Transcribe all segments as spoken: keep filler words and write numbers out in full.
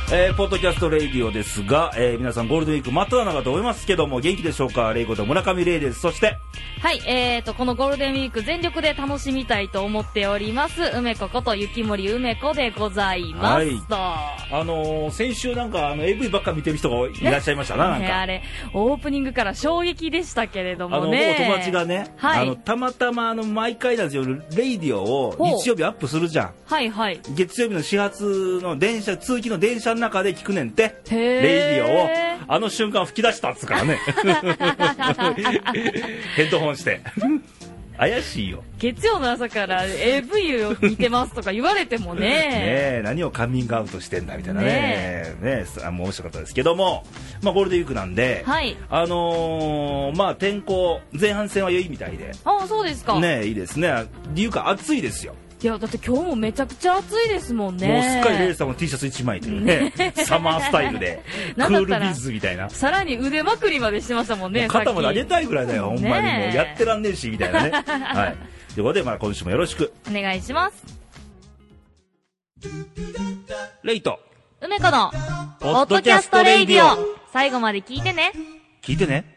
えー、ポッドキャストレイディオですが、えー、皆さんゴールデンウィーク真っ只中だと思いますけども元気でしょうか。レイコと村上レイです。そしてはい、えーとこのゴールデンウィーク全力で楽しみたいと思っております梅子こと雪森梅子でございます、はい、 あのー、先週なんかあの エーブイ ばっか見てる人がいらっしゃいましたな、ね、なんか、 ね、あれオープニングから衝撃でしたけれどもね。 あの僕友達がね、はい、あのたまたまあの毎回なんですよレイディオを日曜日アップするじゃん。 はいはい。 月曜日の始発の電車通勤の電車の中で聞くねんてレイディオを。あの瞬間吹き出したっつからねヘッドホンして怪しいよ。 月曜の朝から エーブイ を見てますとか言われてもねねえ何をカミングアウトしてんだみたいなねねねえ面白かったですけども、まあ、ゴールデンウィークなんで、はい、あのー、まあ天候前半戦は良いみたいで。 ああそうですかねいいですね。理由か暑いですよ。 いやだって今日もめちゃくちゃ暑いですもんね。 もうすっかりレイさんも T シャツいちまいというねサマースタイルでクールビーズみたいな。 さらに腕まくりまでしてましたもんね。 もう肩も投げたいぐらいだよほんまに。もうやってらんねえしみたいなねはいということで、まあ、今週もよろしくお願いします。 レイと梅子のポッドキャストレイディオ、最後まで聞いてね。 聞いてね。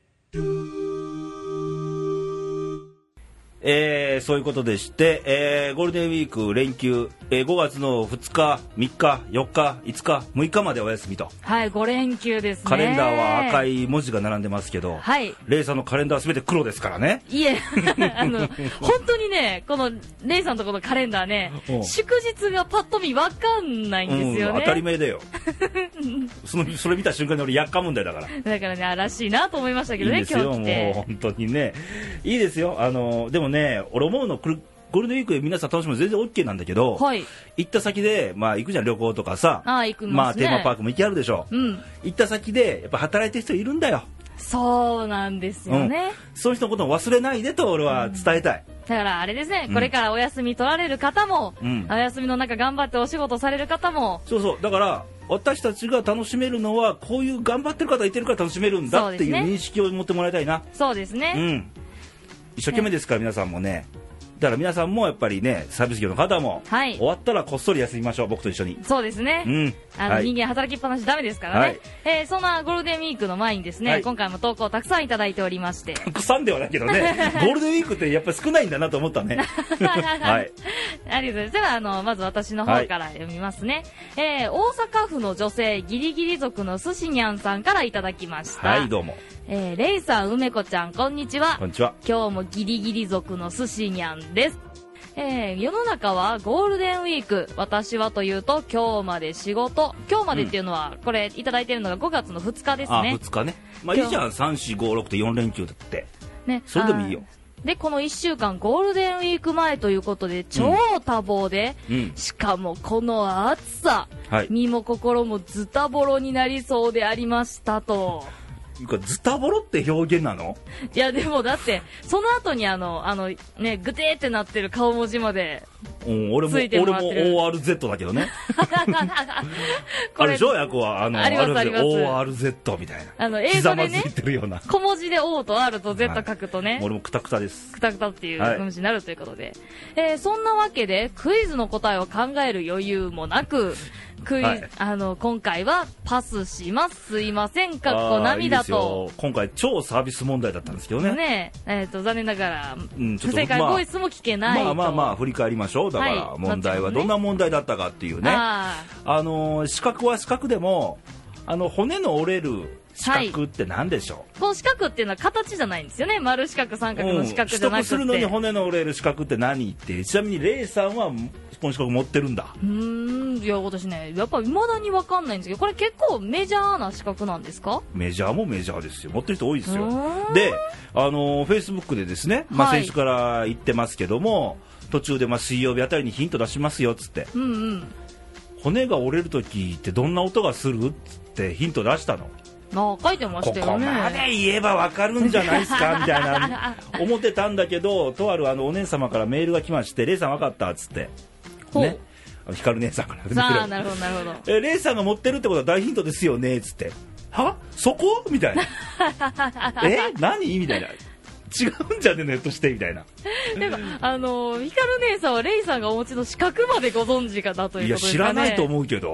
えー、そういうことでして、えー、ゴールデンウィーク連休、えー、ごがつのふつか、みっか、よっか、いつか、むいかまでお休みと。 はい、ご連休ですね。 カレンダーは赤い文字が並んでますけど、 はい、 レイさんのカレンダーは全て黒ですからね。 いえあの本当にねこのレイさんのところのカレンダーね祝日がパッと見わかんないんですよね、 うん、当たり前だよそのそれ見た瞬間に俺やっかむんだよ。だからだからねあらしいなと思いましたけどね。 いいですよ、 今日来てもう本当にねいいですよ。あのでもね俺思うのゴールデンウィークで皆さん楽しむの全然 OK なんだけど、はい、行った先で、まあ、行くじゃん旅行とかさ。 あ行くますね。 まあ、テーマパークも行きあるでしょ、うん、行った先でやっぱ働いてる人いるんだよ。 そうなんですよね、 うん、そういう人のことを忘れないでと俺は伝えたい、 うん、だからあれですね、うん、これからお休み取られる方も、うん、お休みの中頑張ってお仕事される方もそうそうだから私たちが楽しめるのはこういう頑張ってる方いてるから楽しめるんだっていう認識を持ってもらいたいな。 そうですね、うん、 一生懸命ですから、ね、皆さんもね。だから皆さんもやっぱりねサービス業の方も、はい、終わったらこっそり休みましょう。僕と一緒に。そうですね、うん、 あの、はい、人間働きっぱなしダメですからね、はい、えー、そんなゴールデンウィークの前にですね、はい、今回も投稿たくさんいただいておりまして。 たくさんではないけどねゴールデンウィークってやっぱり少ないんだなと思ったねはい、 ありがとうございます。ではあのまず私の方から読みますね、はい、えー、大阪府の女性ギリギリ族のすしにゃんさんからいただきました。 はいどうも。 えー、レイさん梅子ちゃんこんにちは。 こんにちは。 今日もギリギリ族のすしにゃんです。えー、世の中はゴールデンウィーク。私はというと今日まで仕事。今日までっていうのは、うん、これいただいてるのがごがつのふつかですね。 あふつかね。まあいいじゃん。さん、し、ご、ろくとよん連休だってね。それでもいいよ。 でこのいっしゅうかんゴールデンウィーク前ということで超多忙で、うん、しかもこの暑さ、はい、身も心もズタボロになりそうでありましたと。 ズタボロって表現なの？ いやでもだってその後にあのあのねグテーってなってる顔文字までついてもらってる。 俺も オーアールゼット だけどねこれあれでしょ役はあのありますありますオーアールゼット みたいなあの英語でね刻まずいてるような小文字で O と R と Z 書くとね、 はい、俺もクタクタですクタクタっていう文字になるということで、はい、えー、そんなわけでクイズの答えを考える余裕もなくクイ、はい、あの今回はパスします。すいませんかっこ涙と。 いい今回超サービス問題だったんですけどね。 ねえー、と残念ながら、うん、不正解ボイスも聞けないと。 まあまあまあ振り返りましょう。だから問題はどんな問題だったかっていうね。はい、あ, あの四角は四角でもあの骨の折れる四角って何でしょう、はい、 この四角っていうのは形じゃないんですよね。丸四角三角の四角じゃなくて、うん、取得するのに骨の折れる四角って何ってちなみにレイさんはこの四角持ってるんだ。 うーんいや私ねやっぱり未だに分かんないんですけどこれ結構メジャーな四角なんですか？ メジャーもメジャーですよ。持ってる人多いですよ。であのフェイスブックでですね、まあ、先週から言ってますけども、はい、途中でまあ水曜日あたりにヒント出しますよっつって、うんうん、骨が折れるときってどんな音がするっつってヒント出したの。 あ書いてましたよね。 ここまで言えば分かるんじゃないですかみたいな思ってたんだけどとあるあのお姉様からメールが来ましてレイさん分かったっつってね光姉さんからさあなるほどなるほどえレイさんが持ってるってことは大ヒントですよねっつってはそこみたいなえ何みたいな違うんじゃねえのとしてみたいななんかあの光姉さんはレイさんがお持ちの資格までご存知かだということですかね。 いや知らないと思うけど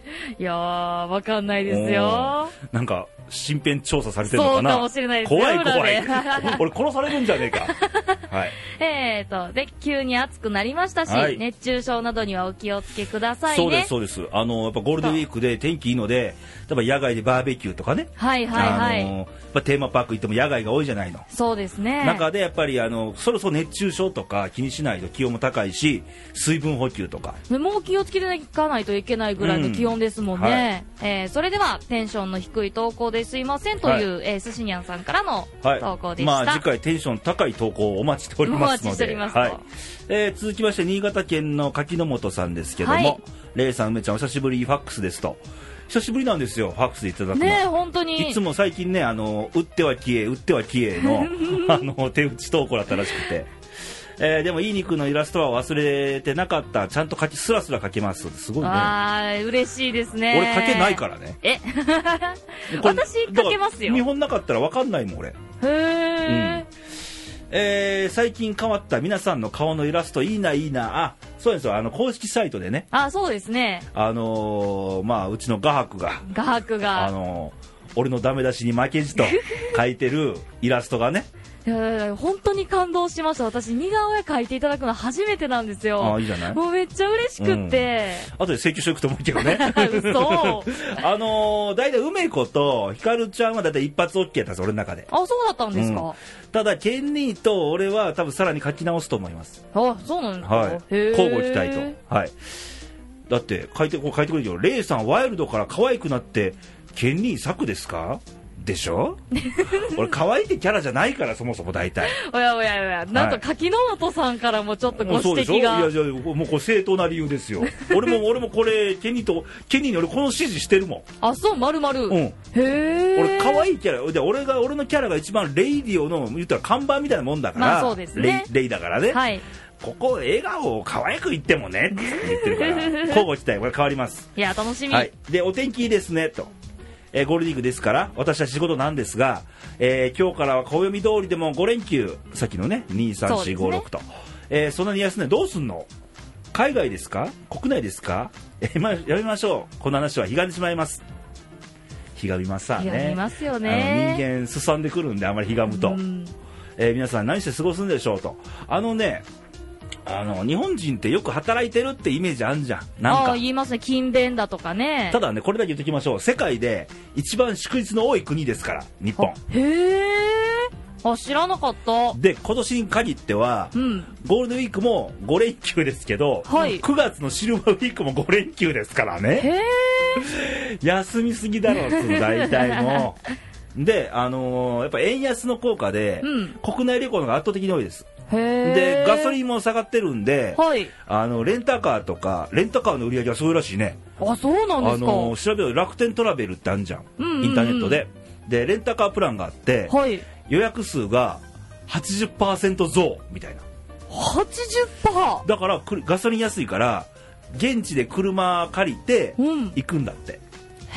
いやー、わかんないですよ。 なんか身辺調査されてるのかな。 そうかもしれないですよ。 怖い怖い。俺殺されるんじゃねえか。はい。 えーと、で、急に暑くなりましたし、はい、熱中症などにはお気をつけくださいね。 そうです、そうです。あの、やっぱゴールデンウィークで天気いいので、例えば野外でバーベキューとかね。 はいはいはい。 あの、やっぱテーマパーク行っても野外が多いじゃないの。 そうですね。 中でやっぱりあの、そろそろ熱中症とか気にしないと気温も高いし、水分補給とか。 もう気をつけていかないといけないぐらいの気温ですもんね。うん、はい、えー、それでは、テンションの低い投稿ですいませんという、はい、えー、すしにゃんさんからの投稿でした。 はい、まあ次回テンション高い投稿をお待ちしておりますので。お待ちしておりますと。はい、えー、続きまして新潟県の柿の本さんですけども、はい、レイさん梅ちゃんお久しぶりファックスですと。久しぶりなんですよファックスでいただくのね。本当にいつも最近ね、あの打っては消え打っては消えのあの手打ち投稿だったらしくて、えー、でもいい肉のイラストは忘れてなかった、ちゃんと描きスラスラ描けます。すごいね。 あー、嬉しいですね。 俺描けないからね。 え私描けますよ。 見本なかったら分かんないもん俺。へー、うん、 えー、最近変わった皆さんの顔のイラストいいないいな。あ、そうですよ、あの公式サイトでね。 あ、そうですね。 あのー、まあうちの画伯が画伯があのー、俺のダメ出しに負けじと書いてるイラストがねいや本当に感動しました。私似顔絵描いていただくの初めてなんですよ。 あ、いいじゃない。 もうめっちゃ嬉しくって、 うん、後で請求書いくと思うけどね嘘あのー、だいたい梅子とひかるちゃんはだいたい一発 OK だったんです俺の中で。 あ、そうだったんですか。うん、 ただケンニーと俺は多分さらに書き直すと思います。 あ、そうなんですか。 はい、交互期待と。はい、だって書いてこう書いてくれるよ。レイさんワイルドから可愛くなってケンニー作ですかでしょ俺可愛いってキャラじゃないからそもそも大体おやおやおや、なんと柿の本さんからもちょっとご指摘が。そうでしょ。いやじゃあもうこれ正当な理由ですよ俺も俺もこれケニーとケニーに俺この指示してるもん。 あ、そう、丸々。うん、へえ。 俺可愛いキャラで、俺が俺のキャラが一番レイディオの言ったら看板みたいなもんだから、 まあそうですね、 レイ、レイだからね、 はい、 ここ笑顔を可愛く言ってもねって言ってるから交互期待。これ変わります。 いや楽しみ、 はい、でお天気いいですねと。えー、ゴールデンウィークですから私たち仕事なんですが、えー、今日からは暦通りでもご連休、さっきのねにさんしごろくと、ね、えー、そんなに休んでどうすんの。海外ですか国内ですか。えー、まあ、やめましょう。この話はひがんでしまいます。ひがみますわね。 ひがみますよね。 あの人間すさんでくるんであまりひがむと、えー、皆さん何して過ごすんでしょうと。あのねあの日本人ってよく働いてるってイメージあんじゃん。なんかあ言いますね、勤勉だとかね。 ただねこれだけ言っておきましょう。世界で一番祝日の多い国ですから日本。 へえ、あ、知らなかった。 で今年に限っては、うん、ゴールデンウィークもご連休ですけど、はい、くがつのシルバーウィークもご連休ですからね。 へえ休みすぎだろうって大体もで、あのー、やっぱ円安の効果で、うん、国内旅行の方が圧倒的に多いです。でガソリンも下がってるんで、はい、あのレンタカーとかレンタカーの売り上げはすごいらしいね。 あ、そうなんですか。 あの調べると楽天トラベルってあるじゃん、うんうんうん、インターネットで。でレンタカープランがあって、はい、予約数が はちじゅっパーセント 増みたいな。 はちじゅっパーセントだからガソリン安いから現地で車借りて行くんだって、うん、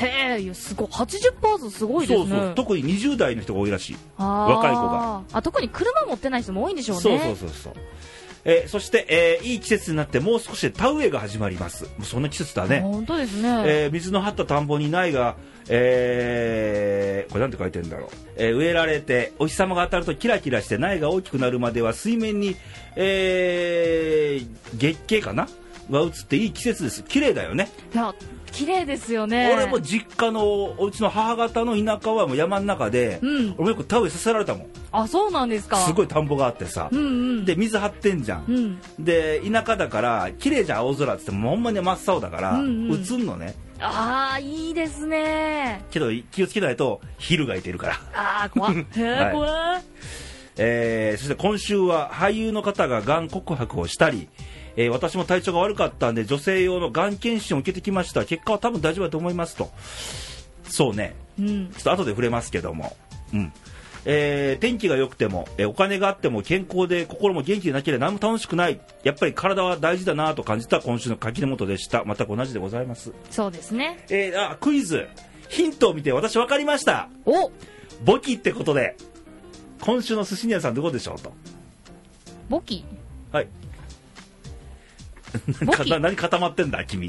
へえ、すごい はちじゅっパーセント すごいですね。 そうそう、特ににじゅう代の人が多いらしい。若い子が。 あ、特に車持ってない人も多いんでしょうね。 そうそうそうそう。えー、そして、えー、いい季節になってもう少しで田植えが始まります。もうそんな季節だね。 本当ですね。 えー、水の張った田んぼに苗が、えー、これなんて書いてるんだろう、えー、植えられてお日様が当たるとキラキラして苗が大きくなるまでは水面に、えー、月経かなが映っていい季節です。綺麗だよね。 いや綺麗ですよね。 俺も実家のおうちの母方の田舎はもう山の中で、うん、俺もよく田植えさせられたもん。 あ、そうなんですか。 すごい田んぼがあってさ、うんうん、で水張ってんじゃん、うん、で田舎だから綺麗じゃん青空って言ってもほんまに真っ青だから、うんうん、映んのね。 あー、いいですね。 けど気をつけないとヒルがいてるから。 あー、怖っ、はい、怖い。 えー、そして今週は俳優の方ががん告白をしたり、えー、私も体調が悪かったんで女性用のがん検診を受けてきました。結果は多分大丈夫だと思いますと。そうね、うん、ちょっと後で触れますけども、うん、えー、天気が良くても、えー、お金があっても健康で心も元気でなければ何も楽しくない。やっぱり体は大事だなと感じた今週の柿の本でした。全く同じでございます。 そうですね。 えー、あ、クイズヒントを見て私分かりました。 お、 簿記ってことで今週の寿司屋さんどこでしょうと。 簿記、 はい何固まってんだ君。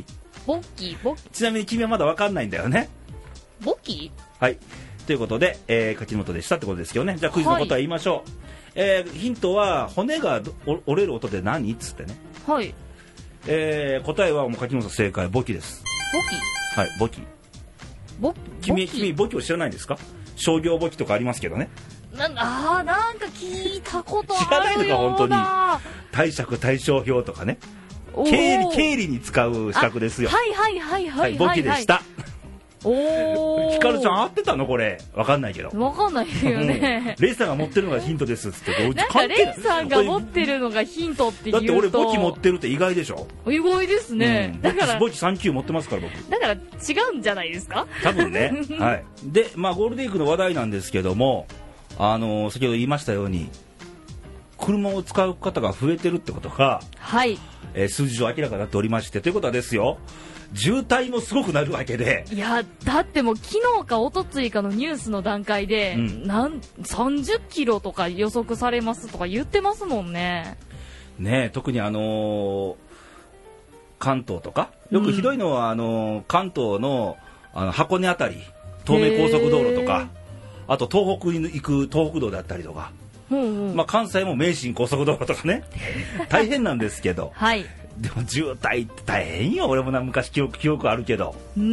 ボッキーボッキーちなみに君はまだ分かんないんだよね。 ボッキーはいということで、えー、柿本でしたってことですけどね。じゃあクイズの答え言いましょう、はい、えー、ヒントは骨が折れる音で何っつってね。 はい、 えー、答えはもう柿本正解、簿記です。 簿記、 はい、簿記。 簿君君簿記を知らないんですか？商業簿記とかありますけどね。 なあ、なんか聞いたことあるような。 知らないのか本当に。貸借対照表とかね、経理経理に使う資格ですよ。 はいはいはいはい、 はい、簿記でした。 おひかるちゃん合ってたのこれ？わかんないけど。 わかんないよね。 レイさんが持ってるのがヒントですっつって。 なんかレイさんが持ってるのがヒントって言うと。 だって俺簿記持ってるって意外でしょ。 意外ですね。うん、だから簿記さん級持ってますから僕。 だから違うんじゃないですか？ 多分ね。はい。で、まあゴールデンウィークの話題なんですけども、あのー、先ほど言いましたように車を使う方が増えてるってことが、 はい、 えー、数字上明らかになっておりまして、ということはですよ、渋滞もすごくなるわけで。 いやだってもう昨日か一昨日かのニュースの段階で、うん、なんさんじゅっキロとか予測されますとか言ってますもんね。 ねえ、特にあのー、関東とかよくひどいのは、うん、あのー、関東の、あの箱根あたり東名高速道路とか、あと東北に行く東北道だったりとか、うんうん、まあ、関西も名神高速道路とかね大変なんですけど、 はい、 でも渋滞って大変よ。俺もな昔記憶、記憶あるけど、うん、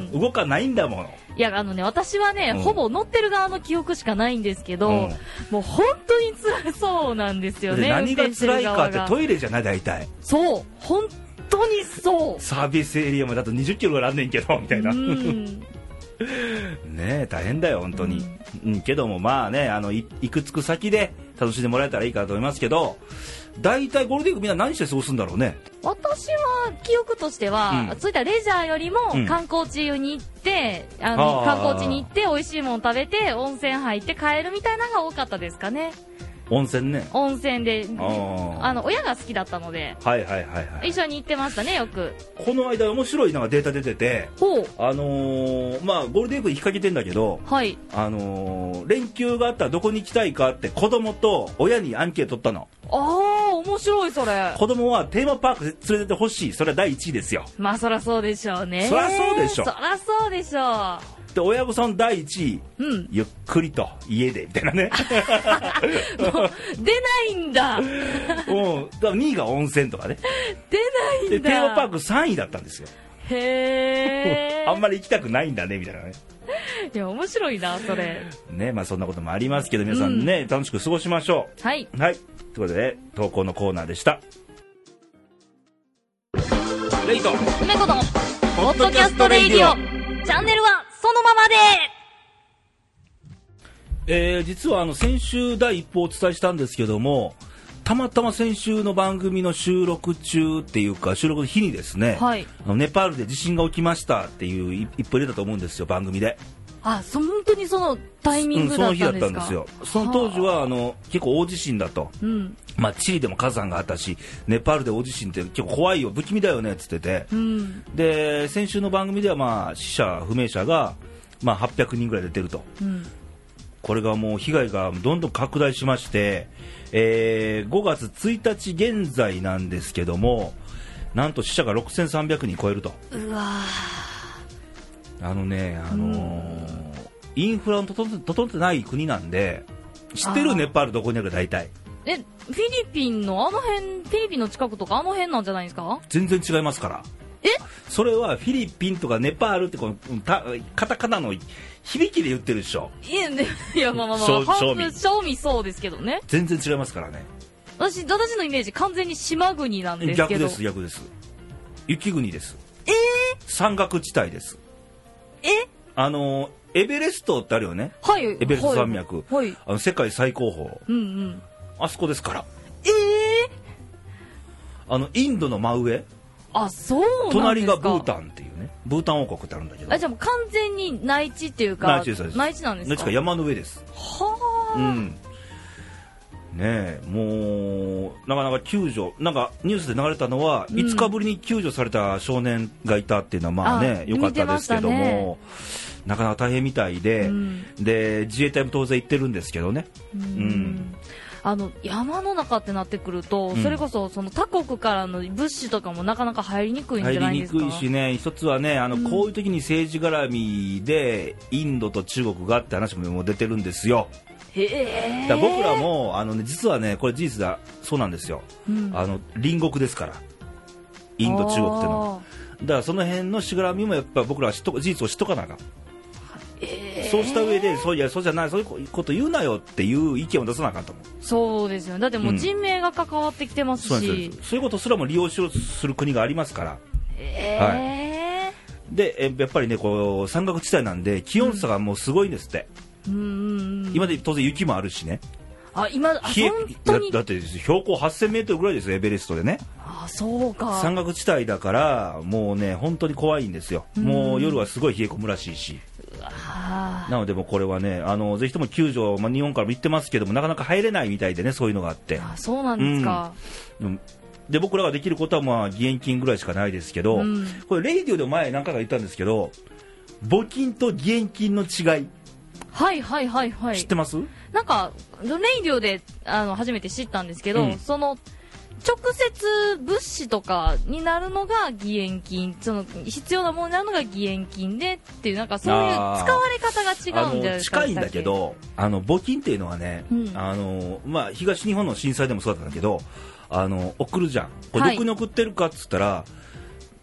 動かないんだもの。 いやあのね、私はね、うん、ほぼ乗ってる側の記憶しかないんですけど、うん、もう本当に辛そうなんですよね。 何が辛いかってトイレじゃない大体。 そう本当にそう。 サービスエリアまでだとにじゅっキロぐらいあんねんけどみたいな、うんねえ大変だよ本当に、うんうん、けどもまあね、あの い, いくつく先で楽しんでもらえたらいいかなと思いますけど、大体ゴールデンウィークみんな何して過ごすんだろうね。 私は記憶としては、うん、そういったレジャーよりも観光地に行って、うん、あの観光地に行って美味しいもの食べて温泉入って帰るみたいなのが多かったですかね。 温泉ね。 温泉で、あの親が好きだったので、 はいはいはいはい、 一緒に行ってましたねよく。 この間面白いなんかデータ出てて、 ほう、 あのー、まあゴールデンウィークに引っ掛けてんだけど、 はい、 あのー、連休があったらどこに行きたいかって子供と親にアンケート取ったの。 ああ面白いそれ。 子供はテーマパーク連れてってほしい、それはだいいちいですよ。 まあそりゃそうでしょうね。 そりゃそうでしょ。 そりゃそうでしょう。 で親御さんだいいちい、うん、ゆっくりと家でみたいなねもう出ないんだもうだからにいが温泉とかね出ないんだ。 でテーマパークさんいだったんですよ。 へーあんまり行きたくないんだねみたいなね。 いや面白いなそれね。まあそんなこともありますけど皆さんね、うん、楽しく過ごしましょう。はいはいということで投稿のコーナーでした。レイト梅子のポッドキャストレイディオ、チャンネルはそのままで。 えー、実はあの先週第一報をお伝えしたんですけども、たまたま先週の番組の収録中っていうか収録の日にですね、はい、あのネパールで地震が起きましたっていう一報入れたと思うんですよ番組で。 あ、そ本当にそのタイミングだったんですか？うん、その日だったんですよ。 その当時はあの結構大地震だと、うん、まあ、チリでも火山があったしネパールで大地震って結構怖いよ不気味だよねっつってて、うん、で先週の番組ではまあ死者不明者がまあはっぴゃくにんぐらい出てると、うん、これがもう被害がどんどん拡大しまして、えー、ごがつついたち現在なんですけどもなんと死者がろくせんさんびゃくにん超えると。 うわあのね、あのー、インフラの整ってない国なんで知ってる？ネパールどこにあるか大体。 え、フィリピンのあの辺、フィリピンの近くとかあの辺なんじゃないですか？ 全然違いますから。 え？ それはフィリピンとかネパールってこのたカタカナの響きで言ってるでしょ。 いや、ね、いやまあまあまあ半分正味そうですけどね。 全然違いますからね。 私私のイメージ完全に島国なんですけど。 逆です逆です。雪国です。 えー、 山岳地帯です。 え？ あのエベレストってあるよね。 はい。 エベレスト山脈。 はい。 あの世界最高峰。 うんうん。 あそこですから。 ええー、あのインドの真上。 あ、そうなんですか。 隣がブータンっていうね。ブータン王国ってあるんだけど。 あ、じゃあもう完全に内地っていうか。 内地です。 内地なんですか。 内地か山の上です。 はあ。 うん。ねえ、もうなかなか救助なんかニュースで流れたのは、うん、いつかぶりに救助された少年がいたっていうのはまあね良かったですけども、ね、なかなか大変みたいで、うん、で自衛隊も当然行ってるんですけどね。うん、うん、 あの山の中ってなってくると、うん、それこそその他国からの物資とかもなかなか入りにくいんじゃないですか。 入りにくいしね、一つはね、あの、うん、こういう時に政治絡みでインドと中国がって話も出てるんですよ。 へー。 だから僕らもあの、ね、実はねこれ事実だそうなんですよ、うん、あの隣国ですからインド中国ってのだからその辺のしがらみもやっぱ僕らは知っと事実を知っとかなあかん、えー、そうした上でそういやそうじゃないそういうこと言うなよっていう意見を出さなあかんと思う。 そうですよね。だってもう人命が関わってきてますし、うん、 そうです。そういうことすらも利用しようとする国がありますから、 えーはい、でえやっぱりねこう山岳地帯なんで気温差がもうすごいんですって、 うん、 今で当然雪もあるしね。 あ今あ冷え本当にだ, だって標高はっせんメートルぐらいですよエベレストでね。 あそうか。 山岳地帯だからもうね本当に怖いんですよ。もう夜はすごい冷え込むらしいし、 うわなのでもうこれはねあのぜひとも救助、まあ、日本からも行ってますけどもなかなか入れないみたいでねそういうのがあって。 あそうなんですか、 うん、で僕らができることはまあ義援金ぐらいしかないですけど、うん、これレイディオで前何回か言ったんですけど募金と義援金の違いはいはいはいはい。 知ってます？ なんかレイディオであの初めて知ったんですけど、うん、その直接物資とかになるのが義援金、その必要なものになるのが義援金でっていうなんかそういう使われ方が違うんじゃないですか。 近いんだけどあの募金っていうのはね、うん、あのまあ、東日本の震災でもそうだったんだけどあの送るじゃん。これどこに送ってるかっつったら、はい、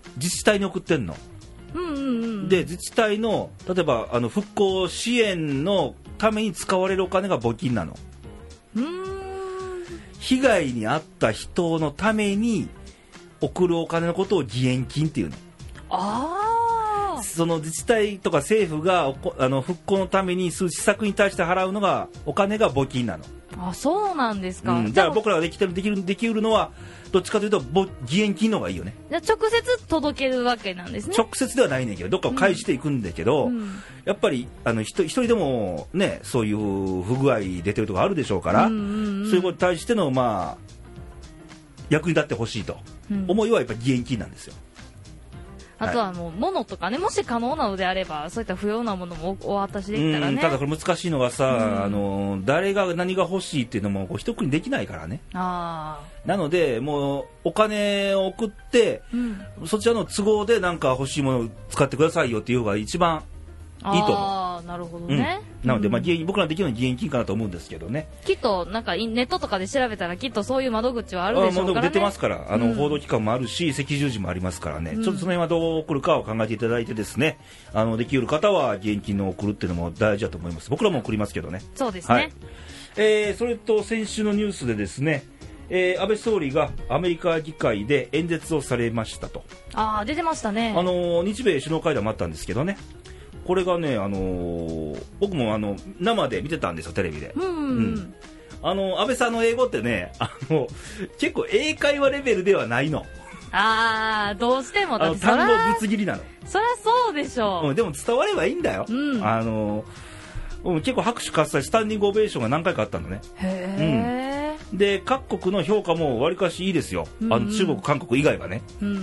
自治体に送ってんの。 うんうんうん、 で自治体の例えばあの復興支援のために使われるお金が募金なの。 うーん被害に遭った人のために送るお金のことを義援金っていうの。 あーその自治体とか政府があの復興のためにする施策に対して払うのがお金が募金なの。 あそうなんですか、 うん、だから僕らができてるできるできうるのはどっちかというと義援金の方がいいよね。 じゃ直接届けるわけなんですね。 直接ではないねんけどどっかを返していくんだけど、うん、やっぱりあの一人でもねそういう不具合出てるとこあるでしょうから、うんうんうん、そういうことに対してのまあ役に立ってほしいと、うん、思いはやっぱり義援金なんですよ。 あとはもう物とかね、もし可能なのであればそういった不要なものもお渡しできたらね。 ただこれ難しいのがさ、うん、あの誰が何が欲しいっていうのもこう一括りできないからね。 あなのでもうお金を送って、うん、そちらの都合で何か欲しいものを使ってくださいよっていう方が一番いいと思う。 ああなるほどね、 うん、なので、まあ、義援僕らできるのは義援金かなと思うんですけどね。 きっとなんかネットとかで調べたらきっとそういう窓口はあるでしょうからね。 出てますからあの、うん、報道機関もあるし赤十字もありますからね、うん、ちょっとその辺はどう送るかを考えていただいてですねあのできる方は義援金の送るっていうのも大事だと思います。僕らも送りますけどね。 そうですね、はいえー、それと先週のニュースでですねえー、安倍総理がアメリカ議会で演説をされましたと。 あ出てましたね。 あの日米首脳会談もあったんですけどねこれがね、あのー、僕もあの生で見てたんですよテレビで、 うんうんうん、 あの安倍さんの英語ってねあの結構英会話レベルではないの。 あーどうしてもだって単語ぶつ切りなの。 そりゃそうでしょう、 うん、でも伝わればいいんだよ、うん、あの結構拍手喝采スタンディングオベーションが何回かあったのね。 へー、 うん、で各国の評価もわりかしいいですよ、うんうん、あの中国韓国以外はね、 うんうん、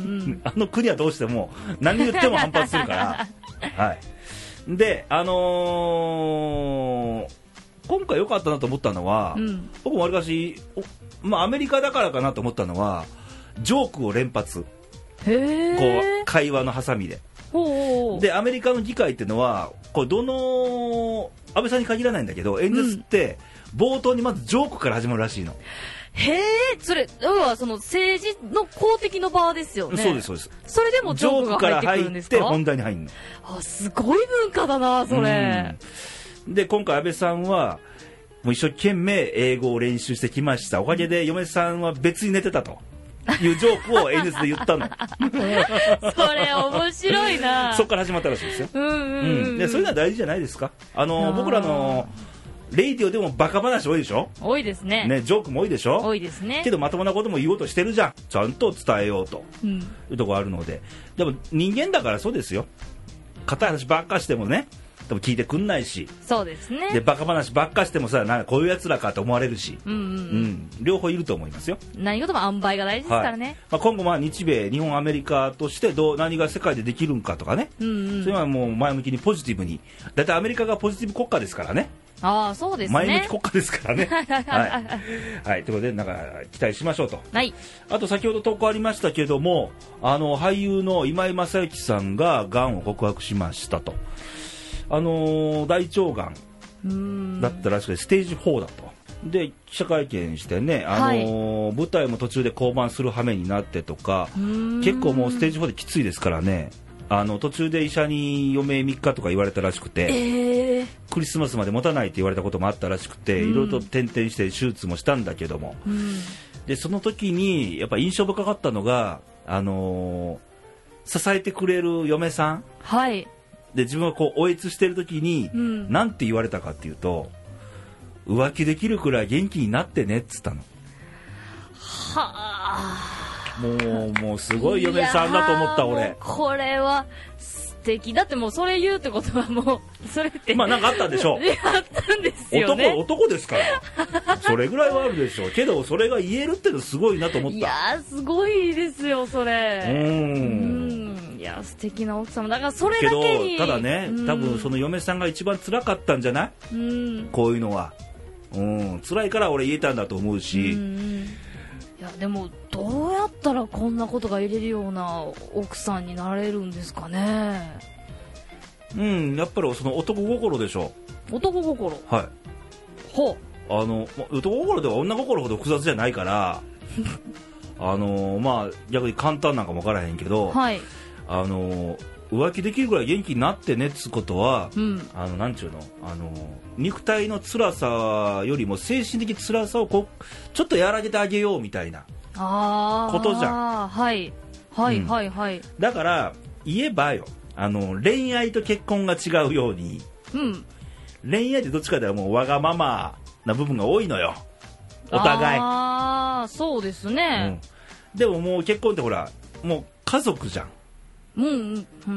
あの国はどうしても何言っても反発するからはいであのー、今回良かったなと思ったのは、うん、僕もわりかし、まあ、アメリカだからかなと思ったのはジョークを連発。 へーこう会話のハサミでほうでアメリカの議会っていうのはこうどの安倍さんに限らないんだけど演説って冒頭にまずジョークから始まるらしいの。 へえそれ要はその政治の公的の場ですよね。 そうですそうです。 それでもジョークが入ってくるんですか。 ジョークから入って本題に入るの。 あすごい文化だなそれ。 で今回安倍さんはもう一生懸命英語を練習してきました。おかげで嫁さんは別に寝てたというジョークを演説で言ったのそれ面白いな。 そこから始まったらしいですよ。 うんうんうん、うん、 でそういうのは大事じゃないですか。あの僕らのレイディオでもバカ話多いでしょ。 多いですね。 ねジョークも多いでしょ。 多いですね。 けどまともなことも言おうとしてるじゃん。ちゃんと伝えようと、うん、いうところあるので。でも人間だからそうですよ。硬い話ばっかしてもねでも聞いてくんないし。 そうですね。 でバカ話ばっかしてもさなんかこういうやつらかと思われるし、 うんうんうんうん、 両方いると思いますよ。 何事も塩梅が大事ですからね、はいまあ、今後まあ日米日本アメリカとしてどう何が世界でできるんかとかね、 うんうん、 それはもう前向きにポジティブにだいたいアメリカがポジティブ国家ですからね、 ああ、そうですね。 前向き国家ですからね。はい、はい、ということでなんか期待しましょうと。 はい。あと先ほど投稿ありましたけども、あの俳優の今井正幸さんががんを告白しましたと。あのー、大腸がんだったらしくてステージフォーだと。で記者会見してね、あのーはい、舞台も途中で降板する羽目になってとか、結構もうステージフォーできついですからね。あの途中で医者に余命みっかとか言われたらしくて、えー、クリスマスまで持たないって言われたこともあったらしくて、いろいろと転々して手術もしたんだけども、うん、でその時にやっぱ印象深かったのが、あのー、支えてくれる嫁さん、はい、で自分がこうおえつしてる時に、うん、なんて言われたかっていうと、浮気できるくらい元気になってねっつったの。はあ、もうもうすごい嫁さんだと思った俺。 これは素敵だって。もうそれ言うってことはもうそれってまあなんかあったんでしょう。 あったんですよね。 男男ですからそれぐらいはあるでしょうけど、それが言えるってのすごいなと思った。いやすごいですよそれ。うん、いや素敵な奥様だから。それだけにけどただね、多分その嫁さんが一番辛かったんじゃない、うん、こういうのは、うん、辛いから俺言えたんだと思うし、うん、 いやでもどうやったらこんなことが言えるような奥さんになれるんですかね。 うん、やっぱりその男心でしょ。 男心、 はい。 ほう、 あの男心では女心ほど複雑じゃないからあのまあ逆に簡単なんかも分からへんけど、はい、あの浮気できるぐらい元気になってねっつうことは、うん、あのなんちゅうの、あの肉体の辛さよりも精神的辛さをこうちょっと和らげてあげようみたいなことじゃん。 はいはいはいはい、うん、 だから言えばよ、あの恋愛と結婚が違うように、うん、恋愛ってどっちかではもうわがままな部分が多いのよ、お互い。 ああそうですね、 うん、でももう結婚ってほらもう家族じゃん。うんうんうんうん、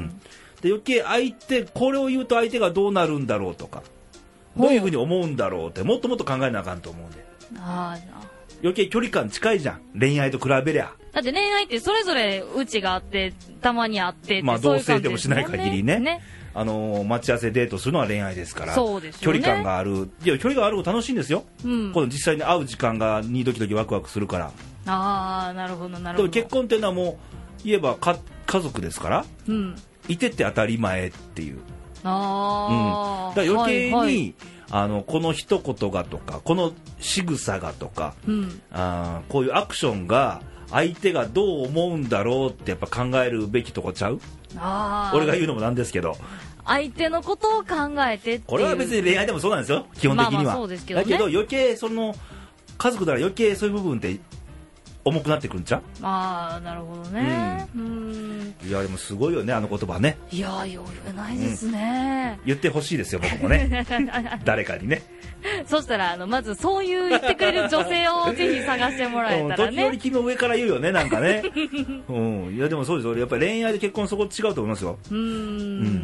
で余計相手、これを言うと相手がどうなるんだろうとか、どういうふうに思うんだろうってもっともっと考えなあかんと思うんで、あ余計距離感近いじゃん、恋愛と比べりゃ。 だって恋愛ってそれぞれうちがあってたまにあってって、 まあ同棲でもしない限りね、ね、あの待ち合わせデートするのは恋愛ですから。 そうですよね、 距離感がある。いや距離がある方が楽しいんですよ、うん、この実際に会う時間がにドキドキワクワクするから。 ああなるほどなるほど。 結婚っていうのはもう言えばか家族ですから、うん、いてって当たり前っていう。あ、うん、だから余計に、はいはい、あのこの一言がとかこの仕草がとか、うん、あこういうアクションが相手がどう思うんだろうってやっぱ考えるべきとこちゃう。あ俺が言うのもなんですけど、 相手のことを考えてっていう。 これは別に恋愛でもそうなんですよ基本的には、まあまあそうですけどね、だけど余計その家族なら余計そういう部分って重くなってくるんちゃう。 ああなるほどね、うん、 うんいやでもすごいよねあの言葉ね。 いや余裕ないですね、 うん、言ってほしいですよ僕もね誰かにね。 そしたらあのまずそういう言ってくれる女性をぜひ探してもらえたらね、 時折君の上から言うよねなんかね、うん、いやでもそうですよ、やっぱり恋愛で結婚そこ違うと思いますよ。うーん、うん、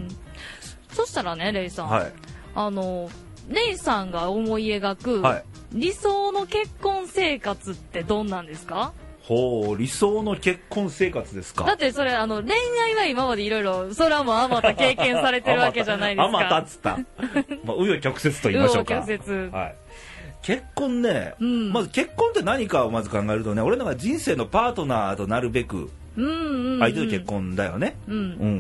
そしたらねレイさん、はい、あのレイさんが思い描く、はい、理想の結婚生活ってどんなんですか。 ほう、理想の結婚生活ですか。 だってそれあの恋愛は今までいろいろそれはもうあまた経験されてるわけじゃないですか。 あまたっつったまあ紆余曲折と言いましょうか。 紆余曲折、はい、 結婚ね、うん、まず結婚って何かをまず考えるとね、俺のが人生のパートナーとなるべく相手と結婚だよね、うんうん、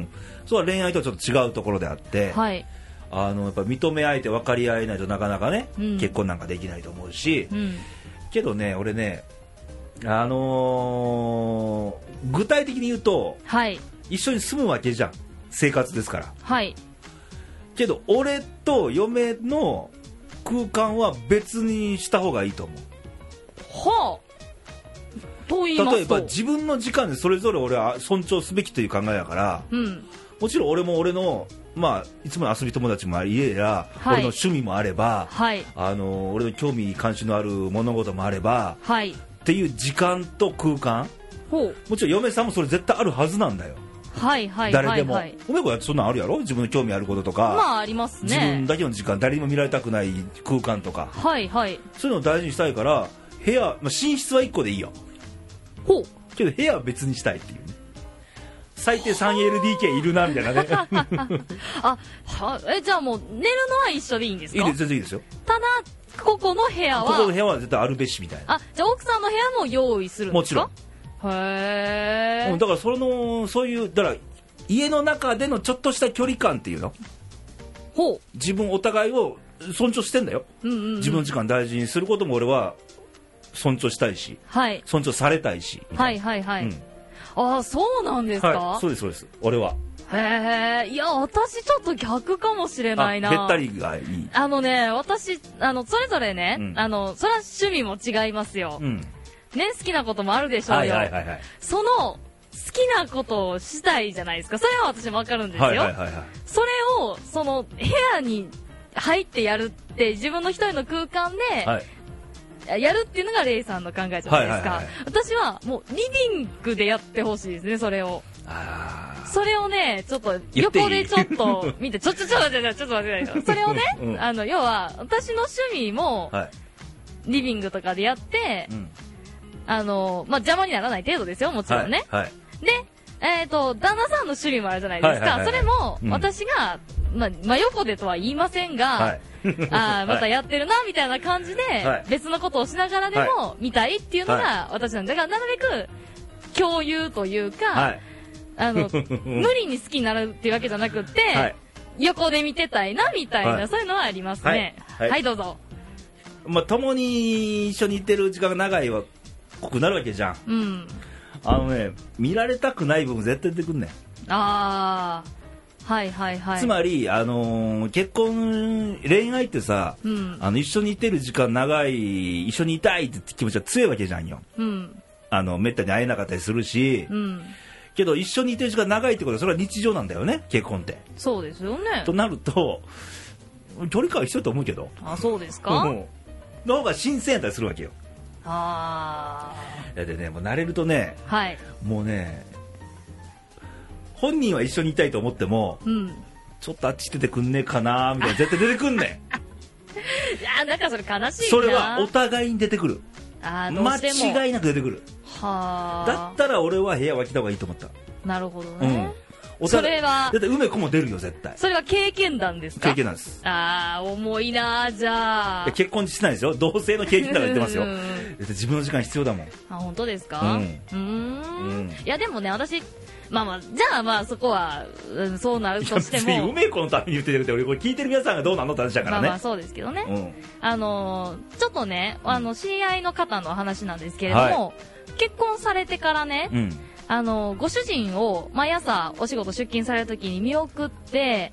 それは恋愛とはちょっと違うところであって、はい、あのやっぱ認め合えて分かり合えないとなかなかね、うん、結婚なんかできないと思うし、うん、けどね俺ねあのー、具体的に言うと、はい、一緒に住むわけじゃん、生活ですから、はい、けど俺と嫁の空間は別にした方がいいと思う。 はあ、と言いますと、 例えば自分の時間でそれぞれ俺は尊重すべきという考えだから、うん、もちろん俺も俺のまあ、いつもの遊び友達もいれば、はい、俺の趣味もあれば、はい、あの俺の興味関心のある物事もあれば、はい、っていう時間と空間、ほうもちろん嫁さんもそれ絶対あるはずなんだよ。はいはい誰でも、はいはい、梅子やそんなんあるやろ、自分の興味あることとか、 まあありますね、 自分だけの時間、誰にも見られたくない空間とか、はいはい、そういうのを大事にしたいから部屋、まあ、寝室はいっこでいいよ、ほうけど部屋は別にしたいっていうね。 最低 スリーエルディーケー いるなみたいなねあはえじゃあもう寝るのは一緒でいいんですか？ いいです、全然いいですよ。 ただここの部屋はここの部屋は絶対あるべしみたいな。 あ、じゃあ奥さんの部屋も用意するんですか？もちろん。へえ。 だからそのそういうだから家の中でのちょっとした距離感っていうの、 ほう、 自分お互いを尊重してんだよ、うんうんうん、自分の時間大事にすることも俺は尊重したいし、はい、尊重されたいし、 はいはいはい、うん、ああそうなんですか、 はい、そうですそうです。俺はへえ、いや私ちょっと逆かもしれないな。 べったりがいい。 あのね、私あのそれぞれね、うん、あのそれは趣味も違いますよ、うん、ね、好きなこともあるでしょうよ、はいはいはいはい、その好きなことをしたいじゃないですか。それは私もわかるんですよ、はいはいはいはい、それをその部屋に入ってやるって自分の一人の空間で、はい、やるっていうのがレイさんの考えじゃないですか、はいはいはいはい、私はもうリビングでやってほしいですね。それをあそれをねちょっと横でちょっと見てちょちょちょちょちょちょっと待ってください。それをね、うん、あの要は私の趣味もリビングとかでやって、うん、あのまあ邪魔にならない程度ですよ、もちろんね、はいはい、でえっ、ー、と旦那さんの趣味もあるじゃないですか、はいはいはいはい、それも私が、うん、まあ、真横でとは言いませんが、はい、あまたやってるなみたいな感じで、はい、別のことをしながらでも見たいっていうのが私なんで、だからなるべく共有というか、はい、あの無理に好きになるっていうわけじゃなくって、はい、横で見てたいなみたいな、はい、そういうのはありますね、はい、はいはい、どうぞ。 まあ、共に一緒にいてる時間が長いは濃くなるわけじゃん、うん、あのね、見られたくない部分絶対出てくんねん。ああ、はいはいはい。 つまり、あのー、結婚恋愛ってさ、うん、あの一緒にいてる時間長い、一緒にいたいって気持ちは強いわけじゃんよ、うん、あのめったに会えなかったりするし、うん、けど一緒にいてる時間長いってことはそれは日常なんだよね、結婚って。 そうですよね。 となると距離感は一緒だと思うけど。 あ、そうですかの方が新鮮やったりするわけよ。 ああ。でね、もう慣れるとね、 はい、もうね、本人は一緒にいたいと思っても、うん、ちょっとあっち来ててくんねえかなみたいな絶対出てくんねん。いや、なんかそれ悲しいな。 それはお互いに出てくる。 あ、どうしても間違いなく出てくる。はあ。だったら俺は部屋分けた方がいいと思った。 なるほどね。うん、それはだって梅子も出るよ絶対。 それは経験談ですか？ 経験なんです。 ああ、重いな。じゃあ結婚してないですよ、同性の経験談言ってますよ。自分の時間必要だもん。 あ、本当ですか？うん、うーん、うん、いやでもね、私まあまあ、じゃあまあそこは、うん、そうなるとしても、 梅子のために言ってるって俺これ聞いてる皆さんがどうなのって話だからね。 まあまあそうですけどね、うん、あのー、ちょっとね、あの知り合いの方の話なんですけれども、はい、結婚されてからね、うん、あのご主人を毎朝お仕事出勤されるときに見送って、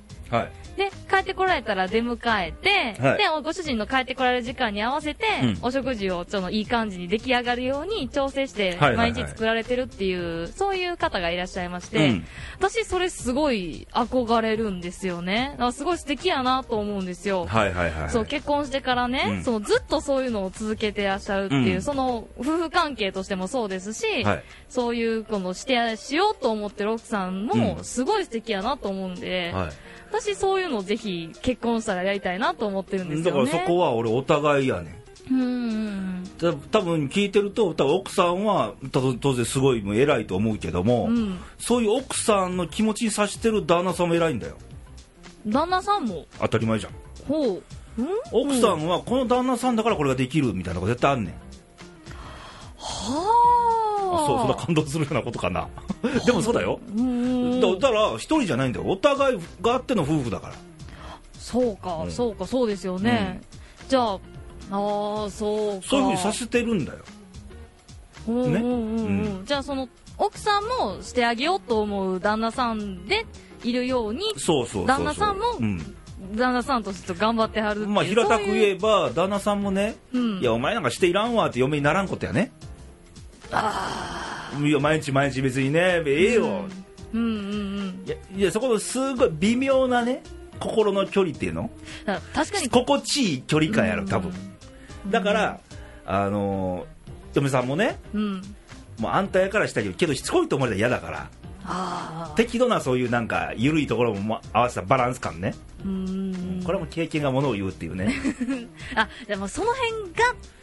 はい、で帰ってこられたら出迎えて、はい、でご主人の帰ってこられる時間に合わせて、うん、お食事をちょっといい感じに出来上がるように調整して毎日作られてるっていう、はいはいはい、そういう方がいらっしゃいまして、うん、私それすごい憧れるんですよね。だからすごい素敵やなと思うんですよ、はいはいはい、そう結婚してからね、うん、そのずっとそういうのを続けてらっしゃるっていう、うん、その夫婦関係としてもそうですし、はい、そういうこのしてしようと思ってる奥さんもすごい素敵やなと思うんで、はい、私そういうのをぜひ結婚したらやりたいなと思ってるんですよね。 だからそこは俺お互いやねん。うん、た多分聞いてると多分奥さんは当然すごいもう偉いと思うけども、うん、そういう奥さんの気持ちにさしてる旦那さんも偉いんだよ。 旦那さんも当たり前じゃん。 ほう、 うん、奥さんはこの旦那さんだからこれができるみたいなこと絶対あんねん。 はあ、 そう、そんな感動するようなことかな。でもそうだよ。だから一人じゃないんだよ、お互いがあっての夫婦だから。 そうか、うん、そうか、そうですよね、うん、じゃあ、ああ、そうか、 そういうふうにさせてるんだよ、 うんうんうんうん、じゃあその奥さんもしてあげようと思う旦那さんでいるように、 そうそうそうそう、 旦那さんも、うん、旦那さんとして頑張ってはるっていう、 まあ、平たく言えば旦那さんもね、うん、いやお前なんかしていらんわって嫁にならんことやね。ああ、いや毎日毎日別にねええよ、うんうんうん、いやいや、そこのすごい微妙なね心の距離っていうの、 確かに心地いい距離感やろ多分、うん、だから、あのー、嫁さんもね、うん、もうあんたやからしたいけどしつこいと思われたら嫌だから、あ、適度なそういうなんか緩いところも合わせたバランス感ね、うん、これも経験がものを言うっていうね。 あ、でもその辺が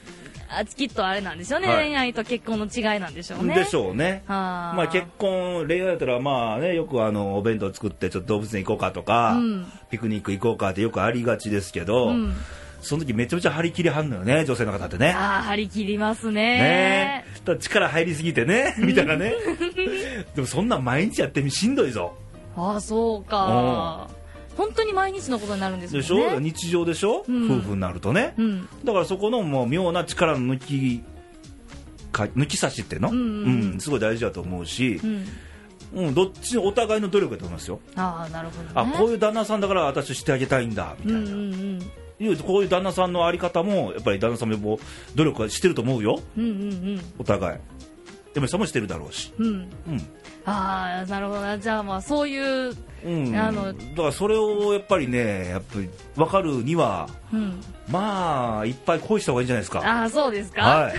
あきっとあれなんでしょうね、はい、恋愛と結婚の違いなんでしょうね。 でしょうね。あ、まあ、結婚恋愛だったらまあね、よくあのお弁当作ってちょっと動物園行こうかとか、うん、ピクニック行こうかってよくありがちですけど、うん、その時めちゃめちゃ張り切りはんのよね、女性の方ってね。 ああ、張り切りますね。 ね、だ力入りすぎてねみたいなねでもそんな毎日やってみしんどいぞ。 ああ、そうか、本当に毎日のことになるんですもんね。 でしょ、日常でしょ、うん、夫婦になるとね、うん、だからそこのもう妙な力の抜きか抜き差しっていうの、うんうんうん、すごい大事だと思うし、うんうん、どっちお互いの努力だと思いますよ。 ああ、なるほどね。 あ、こういう旦那さんだから私してあげたいんだみたいな、うんうんうん、こういう旦那さんのあり方もやっぱり旦那さんも努力はしてると思うよ、うんうんうん、お互いでもさんもしてるだろうし、うんうん、 ああ、なるほどな。じゃあまあそういう、 うん、あのだからそれをやっぱりね、やっぱり分かるには、うん、まあいっぱい恋した方がいいんじゃないですか。 ああ、そうですか。 はい、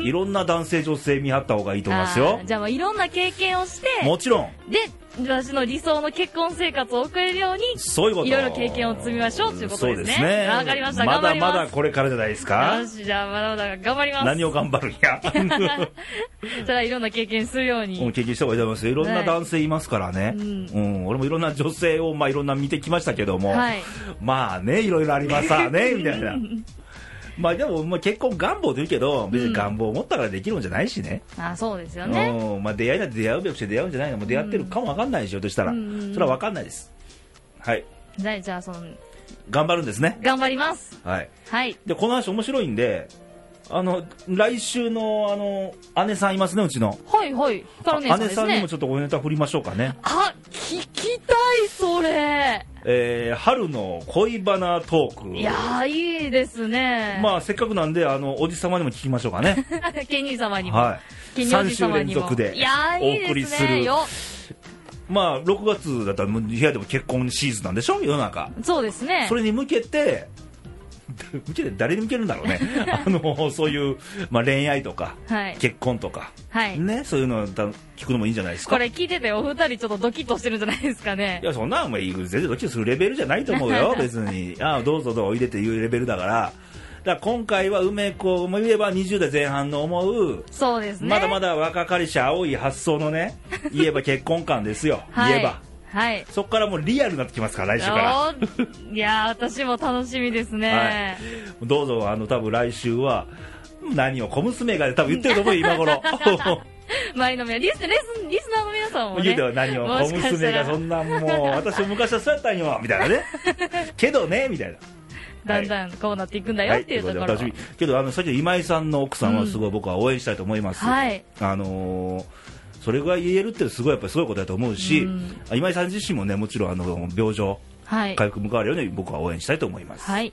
いろんな男性女性見張った方がいいと思いますよ。 じゃあまあいろんな経験をして、 もちろんで私の理想の結婚生活を送れるように、 そういうこと、 いろいろ経験を積みましょうということですね。そうですね。わかりました。 まだまだこれからじゃないですか。 よし、じゃあまだまだ頑張ります。 何を頑張るんやただいろんな経験するように、 経験した方がいいと思います。いろんな男性いますからね、はい、うんうん、俺もいろんな女性を、まあ、いろんな見てきましたけども、はい、まあね、いろいろありますわねみたいなまあでも、まあ、結婚願望というけど別に願望を持ったからできるんじゃないしね、 うん、あ、そうですよね、 うん、まあ、出会いなんて出会うべくして出会うんじゃないの、もう出会ってるかも分かんないしようとしたら、うん、それは分かんないです。はい、 じゃあ、じゃあその頑張るんですね。 頑張ります。 はい、 はい、 でこの話面白いんで、あの来週のあの姉さんいますね、うちの。 はいはい、 姉さんですね。姉さんにもちょっとおネタ振りましょうかね。 あ、聞きたいそれ。 えー、春の恋バナトーク。 いやー、いいですね。 まあせっかくなんで、あのおじさまにも聞きましょうかねケニー様にも、 はい、さん週連続でお送りする。まあろくがつだったら部屋でも結婚シーズンなんでしょ、世の中。 そうですね。 それに向けて向けて誰に向けるんだろうねあのそういう、まあ、恋愛とか、はい、結婚とか、はいね、そういうのを聞くのもいいんじゃないですか。 これ聞いててお二人ちょっとドキッとしてるんじゃないですかね。 いや、そんなのも全然ドキッとするレベルじゃないと思うよ別に。あ、どうぞどうぞおいでっていうレベルだから。だから今回は梅子も言えばにじゅう代前半の思う、 そうですね、 まだまだ若かりし青い発想のね言えば結婚観ですよはい、言えばはい、そこからもうリアルになってきますから、来週からいや、私も楽しみですね、 はい、どうぞ。あの多分来週は何を小娘が多分言ってると思う今頃周りの皆リス、リス、リスナーの皆さんもね、 言うては何を小娘がそんな、もう私も昔はそうやったんよみたいなねけどねみたいな、 だんだんこうなっていくんだよっていうところ、はい、 私けどあのさっきの今井さんの奥さんはすごい僕は応援したいと思います、うん、はい、あのーそれが言えるってすごいやっぱりすごいことだと思うし、うん、今井さん自身もね、もちろんあの病状、はい、回復向かわるように僕は応援したいと思います。はい、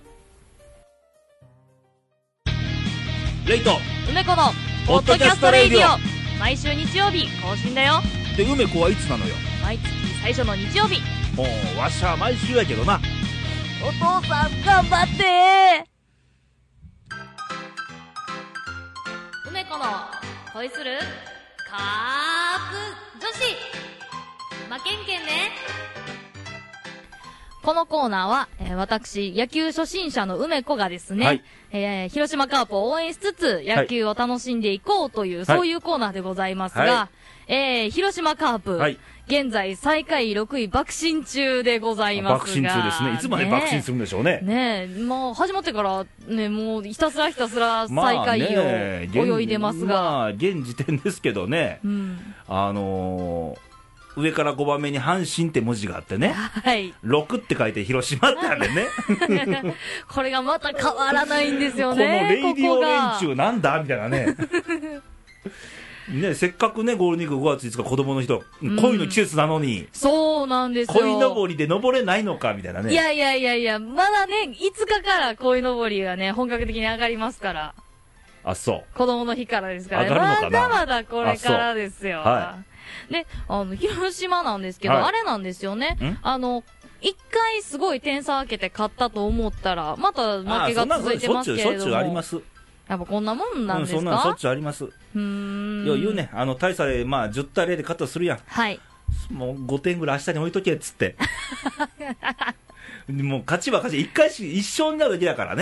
レイト梅子のポッドキャストレイディオ、毎週日曜日更新だよ。 で梅子はいつなのよ。 毎月最初の日曜日。 もうわしは毎週やけどな。 お父さん頑張って梅子の恋するカープ女子負けんけんね。このコーナーは、えー、私野球初心者の梅子がですね、はい、えー、広島カープを応援しつつ野球を楽しんでいこうという、はい、そういうコーナーでございますが、はい、えー、広島カープ、はい、現在最下位ろくい爆心中でございますが、 爆心中ですね。いつまで爆心するんでしょうね。 ねえ、もう始まってからね、もうひたすらひたすら最下位を泳いでますが、 まあ現時点ですけどね、うん、あのー上からごばんめに阪神って文字があってね、はい、ろくって書いて広島ってあるねこれがまた変わらないんですよね。 このレイディオ連中なんだみたいなねね、せっかくねゴールデンウィークごがついつか子供の人、うん、恋の季節なのに、 そうなんですよ、 恋のぼりで登れないのかみたいなね。 いやいやいやいや、まだねいつかから恋のぼりがね本格的に上がりますから。 あ、そう、 子供の日からですから、ね、上がるのかな。まだまだこれからですよ。はい、で、あの広島なんですけど、はい、あれなんですよね、あの一回すごい点差開けて勝ったと思ったらまた負けが続いてますけれども、 しょっちゅうあります。 やっぱこんなもんなんですか。 うん、そんなしょっちゅうあります。うーん、いや言うね、あの大差でまあじゅったいゼロで勝ったとするやん。はい、もうごてんぐらい明日に置いとけっつってもう勝ちは勝ち、いっかいし一勝になるだけだからね。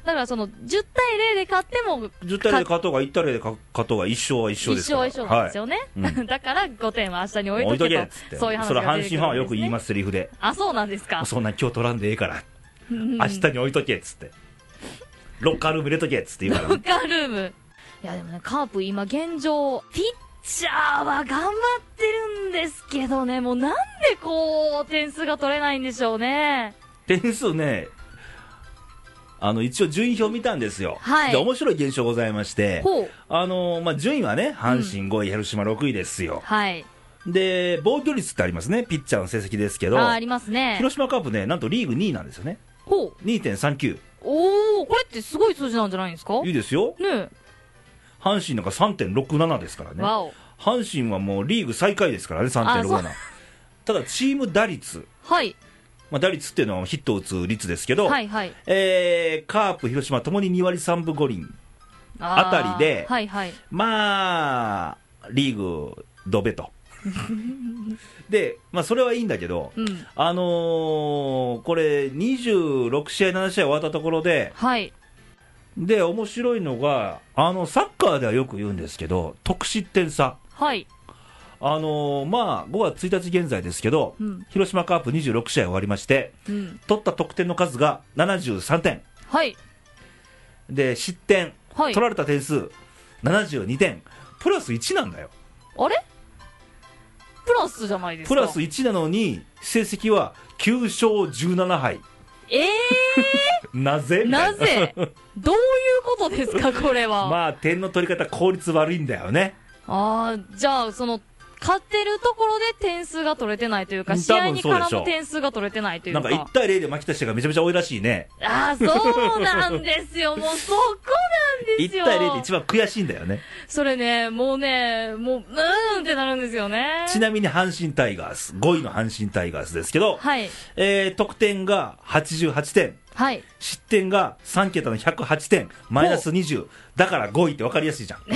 だからそのじゅったいゼロで勝ってもじゅったいゼロで勝とうがいちたいゼロで勝とうが一勝は一勝ですから。 一勝は一勝なんですよね、はいうん、だからごてんは明日に置いとけと、 置いとけっつって、 そういう話が出てくるんですね。それは阪神ファンはよく言います、セリフで。 あ、そうなんですか。 そんな今日取らんでええから明日に置いとけっつってロッカールーム入れとけっつって言うから、 ね、ロッカールーム。いやでもね、カープ今現状ピッチャーは頑張ってるんですけどね、もうなんでこう点数が取れないんでしょうね。 点数ね、あの一応順位表見たんですよ、はい、で面白い現象ございまして、あの、まあ、順位はね阪神ごい、うん、広島ろくいですよ、はい、で防御率ってありますね、ピッチャーの成績ですけど、 あ, ありますね。広島カープね、なんとリーグにいなんですよね。ほう にてんさんきゅう。 おお、これってすごい数字なんじゃないんですか。 いいですよね。阪神なんか さんてんろくなな ですからね。阪神はもうリーグ最下位ですからね、 さんてんろくなな。 ただチーム打率、はい、まあ、打率っていうのはヒットを打つ率ですけど、はいはい、えー、カープ、広島ともににわりさんぶごりんあたりで、はいはい、まあリーグドベとで、まあ、それはいいんだけど、うん、あのー、これにじゅうろくしあいななしあい終わったところで、はい、で面白いのが、あのサッカーではよく言うんですけど、得失点差、はい、あのー、まあごがつついたち現在ですけど、うん、広島カープにじゅうろくしあい終わりまして、うん、取った得点の数がななじゅうさんてん、はい、で失点、はい、取られた点数ななじゅうにてん、プラスいちなんだよ。あれプラスじゃないですか。 プラスいちなのに成績はきゅうしょうじゅうななはい。 えー、 なぜなぜどういうことですかこれは。 まあ点の取り方効率悪いんだよね。 ああ、じゃあその勝ってるところで点数が取れてないというか、試合に絡む点数が取れてないというか、 なんかいちたいゼロで負けた人がめちゃめちゃ多いらしいね。 ああ、そうなんですよ。もうそこなんですよ。 いちたいゼロで一番悔しいんだよね。 それね、もうね、もううーんってなるんですよね。 ちなみに阪神タイガース、ごいの阪神タイガースですけど、はい、えー、得点がはちじゅうはちてん、はい、失点がさんけたのひゃくはちてん、マイナスにじゅう、だからごいって分かりやすいじゃん。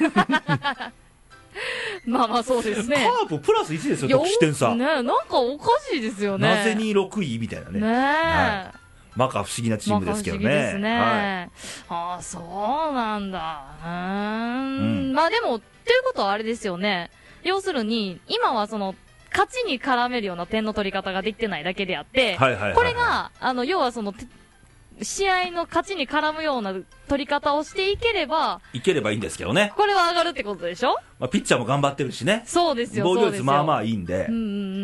まあまあそうですね。 カーププラスいちですよ、得失点差。 ね、なんかおかしいですよね。 なぜにろくいみたいなね。ねえ、はい、まか不思議なチームですけどね。まか不思議ですね。はい、 ああ、そうなんだ。うーん、うん、まあでも、ということはあれですよね。要するに、今はその、勝ちに絡めるような点の取り方ができてないだけであって、はいはいはいはい、これが、あの、要はその、試合の勝ちに絡むような取り方をしていければいければいいんですけどね。 これは上がるってことでしょ。 まあ、ピッチャーも頑張ってるしね。 そうですよ。 防御率まあまあいいんで、うんうんうん、 うん、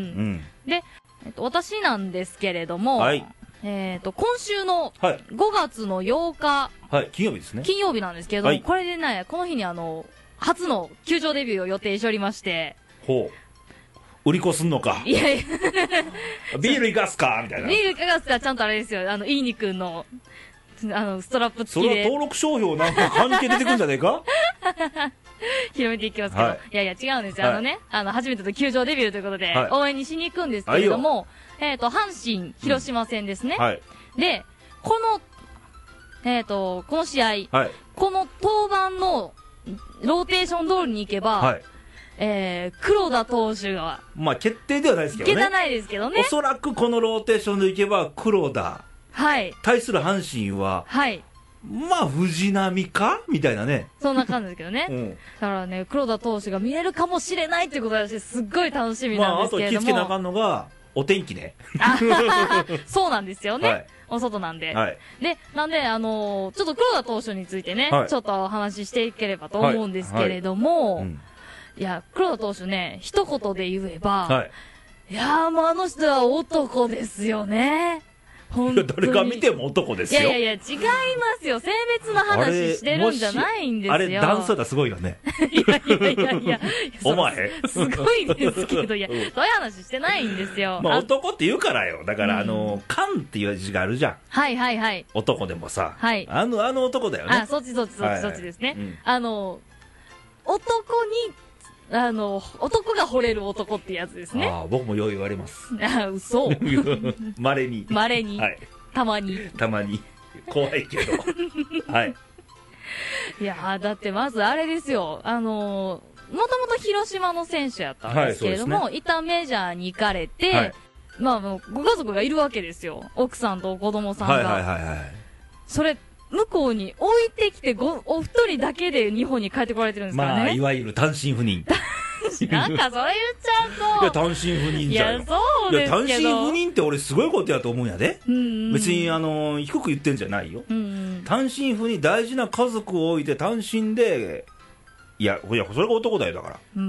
で、えっと、私なんですけれども、はい、えー、と今週のごがつのようか、 はい、金曜日ですね。 金曜日なんですけれども、はい、これでね、この日にあの初の球場デビューを予定しておりまして、 ほう、売り子すんのか。いやいやビールいかすかみたいな。 ビールいかすかちゃんとあれですよ、あのいい肉のあのストラップ付きで。 それは登録商標なんか関係出てくるんじゃねえか。 広めていきますけど、はい、いやいや違うんですよ、はい、あのね、あの初めての球場デビューということで、はい、応援にしに行くんですけれども、えっ、ー、と阪神広島戦ですね、うん、はい、でこのえっ、ー、とこの試合、はい、この登板のローテーション通りに行けば、はい、えー、黒田投手がまあ決定ではないですけどね。 決定ないですけどね。 おそらくこのローテーションで行けば黒田、はい、対する阪神は、はい、まあ藤浪かみたいなね。 そんな感じですけどね、うん、だからね、黒田投手が見えるかもしれないということだし、すっごい楽しみなんですけれども、まあ、あと気付けなあかんのがお天気ね。そうなんですよね、はい、お外なんで、はい、でなんで、あのー、ちょっと黒田投手についてね、はい、ちょっとお話ししていければと思うんですけれども、はいはい、うん、いや黒田投手ね、一言で言えば、はい、いやー、もうあの人は男ですよね。 いや、誰が見ても男ですよ。 いやいやいや、違いますよ。性別の話してるんじゃないんですよ。 あれ、男性だすごいよね。 いやいやいやいや。 お前すごいですけど、いや、そういう話してないんですよ。 まあ、男って言うからよ。だから、うん、あの、官っていう字があるじゃん。 はいはいはい。 男でもさ。はい。あの、あの男だよね。 あ、そっちそっちそっちそっちですね。はいはい、うん、あの、男に、あの、男が惚れる男ってやつですね。 ああ、僕もよう言われます。 ああ、嘘。 稀に。 稀に。はい。たまに。 たまに。怖いけど。はい。 いやだってまずあれですよ。あのー、もともと広島の選手やったんですけれども、はい、ね、一旦メジャーに行かれて、はい、まあもうご家族がいるわけですよ。奥さんと子供さんが。はいはいはいはい。それ、 向こうに置いてきてごお一人だけで日本に帰ってこられてるんですからね。 まあいわゆる単身赴任なんかそれ言っちゃうといや単身赴任じゃん。 いやそうですけど、いや単身赴任って俺すごいことやと思うんやで、 うんうん、別にあの低く言ってんじゃないよ、 うんうん、 単身赴任大事な家族を置いて単身でいやいやそれが男だよだからうん、うん、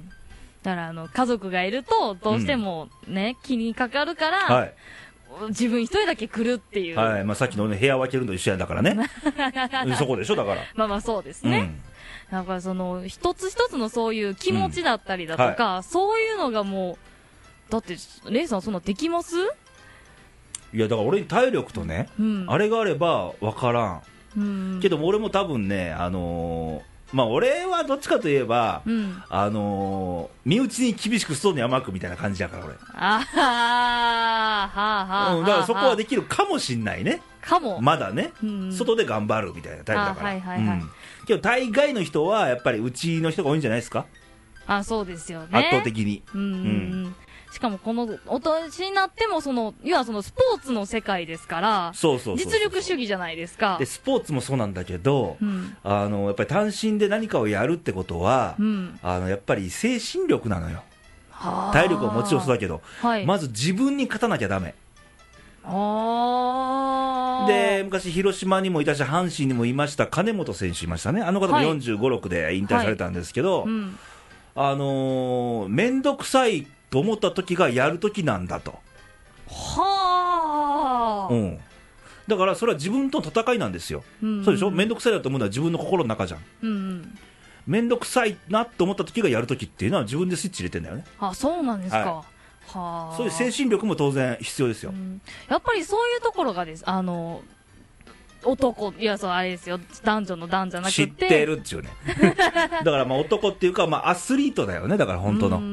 だからあの家族がいるとどうしてもね、うん、気にかかるから、はい、自分一人だけ来るっていう、 はい、まあ、さっきの、ね、部屋分けるのと一緒やんだからねそこでしょだからまあまあそうですね、うんだからその一つ一つのそういう気持ちだったりだとか、うんはい、そういうのがもうだってレイさんそんなできます？ いやだから俺に体力とね、うん、あれがあれば分からん、うん、けども俺も多分ねあのー、まあ俺はどっちかといえば、うん、あのー、身内に厳しく外に甘くみたいな感じだから俺あはーはーはー、 うん、だからそこはできるかもしんないねかもまだね、うん、外で頑張るみたいなタイプだから、はいはいはいうん、けど大概の人はやっぱりうちの人が多いんじゃないですか。 あそうですよね圧倒的に、 うんうんうん、しかもこのお年になってもその要はそのスポーツの世界ですからそうそうそうそう実力主義じゃないですか。 でスポーツもそうなんだけど、うん、あのやっぱり単身で何かをやるってことは、うん、あのやっぱり精神力なのよ。体力はもちろんそうだけど、はい、まず自分に勝たなきゃダメ。 あで昔広島にもいたし阪神にもいました金本選手いましたね。あの方もよんじゅうご、ろくで引退されたんですけど、はいはいうん、あのー、面倒くさいと思った時がやる時なんだと。 はあ、 うん、だからそれは自分との戦いなんですよ、うんうん、そうでしょ。面倒くさいだと思うのは自分の心の中じゃん、うんうん、面倒くさいなと思った時がやる時っていうのは自分でスイッチ入れてんだよね。 あそうなんですか、はいはあ、そういう精神力も当然必要ですよ、うん、 やっぱりそういうところがですあの男いやそうあれですよ男女の男じゃなくて知ってるっていうねだからまあ男っていうか、まあ、アスリートだよねだから本当のうん、うん、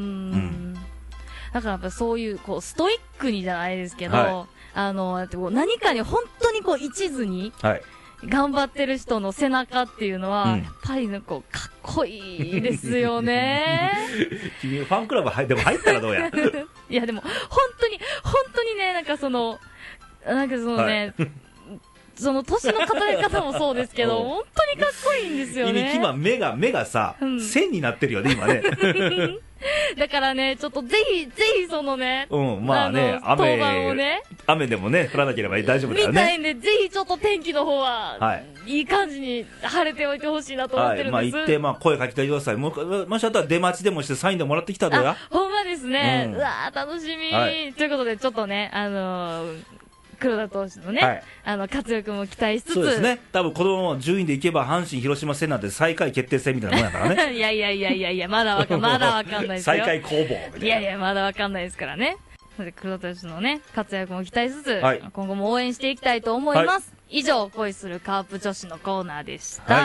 だからやっぱそういうこうストイックにじゃないですけど、はい、あの何かに本当にこう一途に、はい頑張ってる人の背中っていうのは、うん、やっぱりなんかかっこいいですよね君ファンクラブ入でも入ったらどうやいやでも本当に本当にねなんかそのなんかそのね、はい、その年の語り方もそうですけど本当にかっこいいんですよね。 今目が目がさ、うん、線になってるよね今ねだからねちょっとぜひぜひそのね、 うん、まあねあ雨をね雨でもね降らなければ大丈夫だよねみたいんでぜひちょっと天気の方は、はい、いい感じに晴れておいてほしいなと思ってるんです、はい、 まあ行って、まあ、声かけてください。ももしあったら出待ちでもしてサインでもらってきたらどうや。 ほんまですね、うん、うわ楽しみ、はい、ということでちょっとねあのー黒田投手のね、はい、あの活躍も期待しつつそうですね多分この順位でいけば阪神広島戦なんて最下位決定戦みたいなもんやからねいやいやいやいやいやまだわかまだわかんないですよ最下位攻防みたいな。 いやいやまだわかんないですからね。黒田投手のね活躍も期待しつつ、はい、今後も応援していきたいと思います、はい、以上恋するカープ女子のコーナーでした、はい、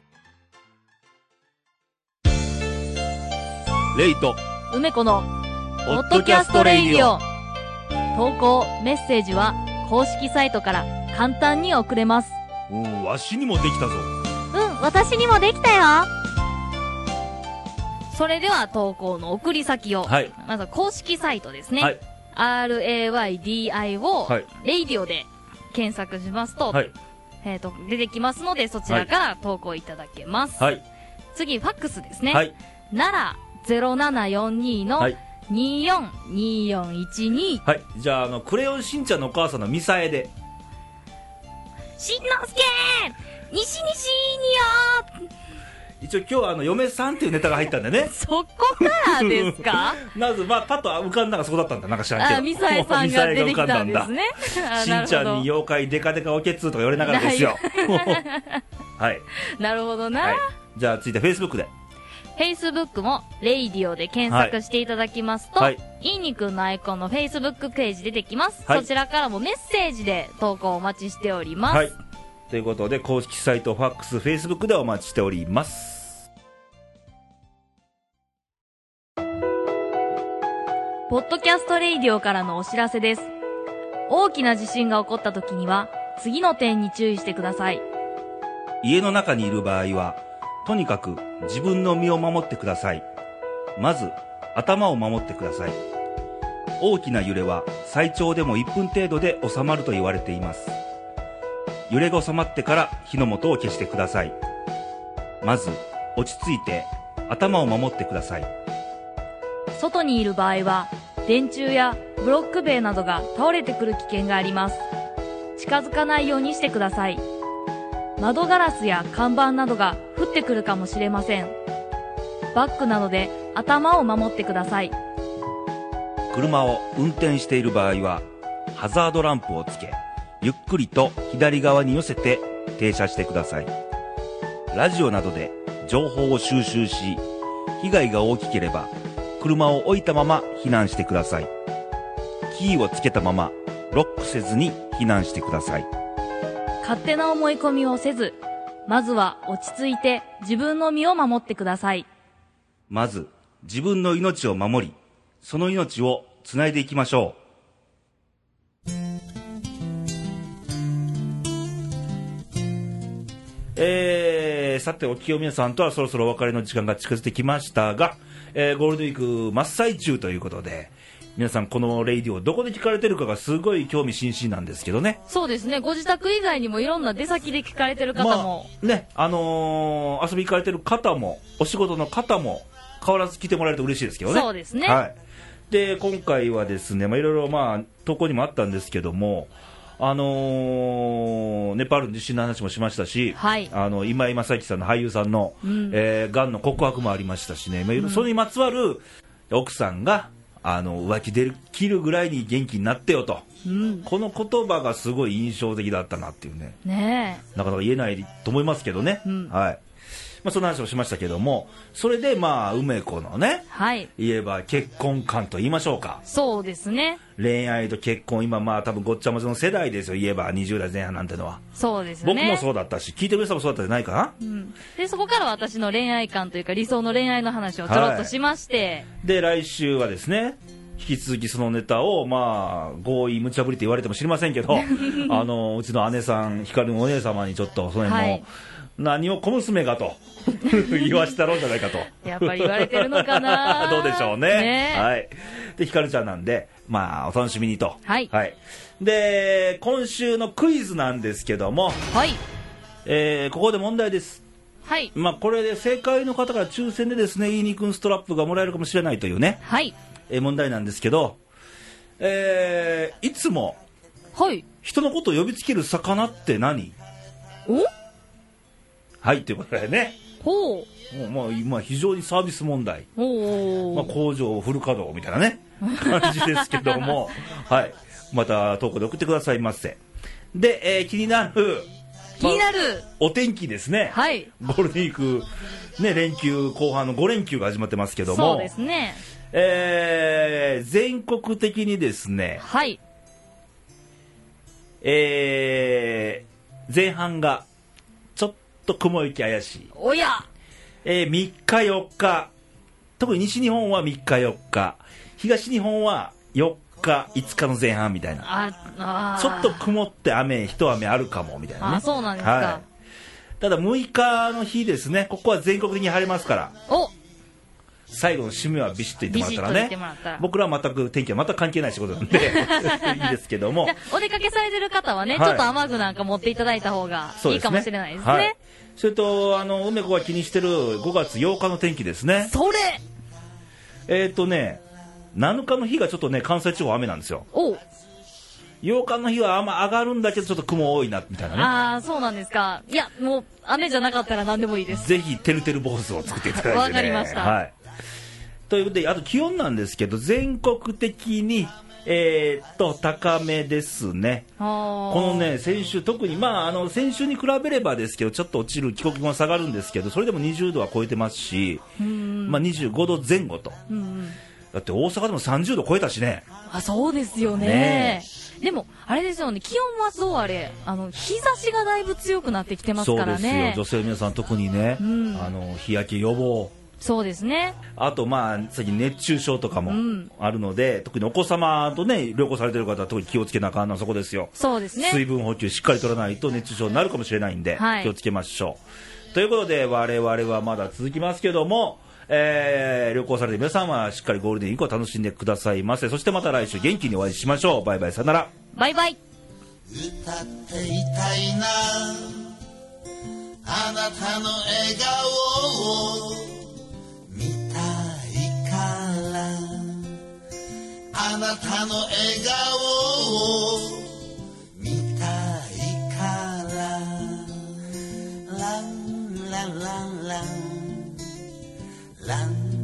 レイと梅子のポッドキャストレイディオ投稿メッセージは公式サイトから簡単に送れます。 おーわしにもできたぞ。 うん私にもできたよ。それでは投稿の送り先を、はい、まずは公式サイトですね、はい、アールエーワイディーアイ を、はい、レイディオで検索しますと、はい、えーと出てきますのでそちらから投稿いただけます、はい、次ファックスですね、はい、奈良 ゼロななよんに の、はいにーよんにーよんいちにはいじゃああのクレヨンしんちゃんのお母さんのミサエでしんのすけー西西によ一応今日はあの嫁さんっていうネタが入ったんだねそこからですかまずまあパッと浮かんだのがそこだったんだなんか知らんけどあミサエさんが出てきたんですねしんちゃんに妖怪デカデカおけつとか言われながらですよはいなるほどな、 はい、じゃあ続いてフェイスブックで Facebook もレイディオで検索していただきますと、はい、いいにくんのアイコンの Facebook ページ出てきます、はい、そちらからもメッセージで投稿お待ちしております、はい、 ということで公式サイトファックス Facebook でお待ちしております。 ポッドキャストレイディオからのお知らせです。大きな地震が起こった時には次の点に注意してください。 家の中にいる場合はとにかく自分の身を守ってください。まず頭を守ってください。大きな揺れは最長でもいっぷん程度で収まると言われています。 揺れが収まってから火の元を消してください。まず落ち着いて頭を守ってください。 外にいる場合は電柱やブロック塀などが倒れてくる危険があります。近づかないようにしてください。窓ガラスや看板などが降ってくるかもしれません。バッグなどで頭を守ってください。 車を運転している場合はハザードランプをつけ、ゆっくりと左側に寄せて停車してください。ラジオなどで情報を収集し、被害が大きければ車を置いたまま避難してください。キーをつけたままロックせずに避難してください。 勝手な思い込みをせず、まずは落ち着いて自分の身を守ってください。 まず自分の命を守り、その命をつないでいきましょう。えー、さてお清宮さんとはそろそろお別れの時間が近づいてきましたが、えー、ゴールデンウィーク真っ最中ということで、皆さんこのレイディオどこで聞かれてるかがすごい興味津々なんですけどね。 そうですね、ご自宅以外にもいろんな出先で聞かれてる方も、 まあ、ね、あのー、遊び行かれてる方もお仕事の方も変わらず来てもらえると嬉しいですけどね。 そうですね、 はい。で今回はですね、まあ、いろいろまあ投稿にもあったんですけども、あのー、ネパールの地震の話もしましたし、はい、あの今井正樹さんの俳優さんの、うんえー、がんの告白もありましたしね、まあ、それにまつわる奥さんがあの浮気できるぐらいに元気になってよと、うん、この言葉がすごい印象的だったなっていう ね, ねなかなか言えないと思いますけどね、うんはいまあ、その話をしましたけども、それでまあ梅子のね、はい、言えば結婚観と言いましょうか。 そうですね、 恋愛と結婚、今まあ多分ごっちゃ混ぜの世代ですよ、言えばにじゅう代前半なんてのは。 そうですね、 僕もそうだったし、聞いてる皆さんもそうだったんじゃないかな、 うん、でそこから私の恋愛観というか理想の恋愛の話をちょろっとしまして、 はい、で来週はですね、引き続きそのネタをまあ強引無茶ぶりって言われても知りませんけどあのうちの姉さん光のお姉様にちょっとその辺も、はい、何を小娘がと言わしたろうじゃないかとやっぱり言われてるのかなどうでしょう ね, ねはい、でひかるちゃんなんでまあお楽しみにと、はいはい、で今週のクイズなんですけども、はいえー、ここで問題です。はいまあ、これで正解の方から抽選でですね、いいにくんストラップがもらえるかもしれないというね、はいえー、問題なんですけど、えー、いつも人のことを呼びつける魚って何？おはいということでね、ほうもう、まあ、今非常にサービス問題、お、まあ、工場フル稼働みたいなね感じですけどもはいまた投稿で送ってくださいませ。で、えー、気になる気になる、まあ、 お天気ですね、はい、ゴールデンウィーク、ね、連休後半のご連休が始まってますけども、 そうですね、 えー、全国的にですね、はいえー、前半がちょっと雲行き怪しい、 おや、 えー、みっかよっか、特に西日本はみっかよっか、東日本はよっかいつかの前半みたいな、ああちょっと曇って雨一雨あるかもみたいなね。 あそうなんですか、はい、 ただむいかの日ですね、ここは全国的に晴れますから、お最後の締めはビシッと言ってもらったらね、らら僕らは全く天気は全く関係ない仕事なんでいいですけども、 お出かけされてる方はね、はい、ちょっと雨具なんか持っていただいた方がいいかもしれないですね。そ、ねはい、 それとあの梅子が気にしてるごがつようかの天気ですね。 それえっ、ー、とねなのかの日がちょっとね関西地方雨なんですよ。おようかの日は雨上がるんだけどちょっと雲多いなみたいなね。 ああそうなんですか。いやもう雨じゃなかったら何でもいいです。 ぜひてるてる坊主を作っていただいてね。 わかりました、 はい、ということであと気温なんですけど全国的にえー、っと高めですね。このね先週特にまああの先週に比べればですけどちょっと落ちる気温が下がるんですけど、それでもにじゅうどは超えてますし、まあ、にじゅうごどぜん後と、うんうんだって大阪でもさんじゅうど超えたしね。 あそうですよ ね, ねでもあれですよね、気温はどうあれあの日差しがだいぶ強くなってきてますからね。 そうですよ、女性の皆さん特にね、うん、あの日焼け予防、 そうですね、 あとまあ最近熱中症とかもあるので、うん、特にお子様とね旅行されてる方は特に気をつけなあかんのはそこですよ。 そうですね、 水分補給しっかり取らないと熱中症になるかもしれないんで、はい、気をつけましょうということで、我々はまだ続きますけども、えー、旅行されてる皆さんはしっかりゴールデンウィークを楽しんでくださいませ。そしてまた来週元気にお会いしましょう。バイバイ、さよなら。 バイバイ。 歌っていたいなあなたの笑顔を見たいからあなたの笑顔を見たいからランランランランラン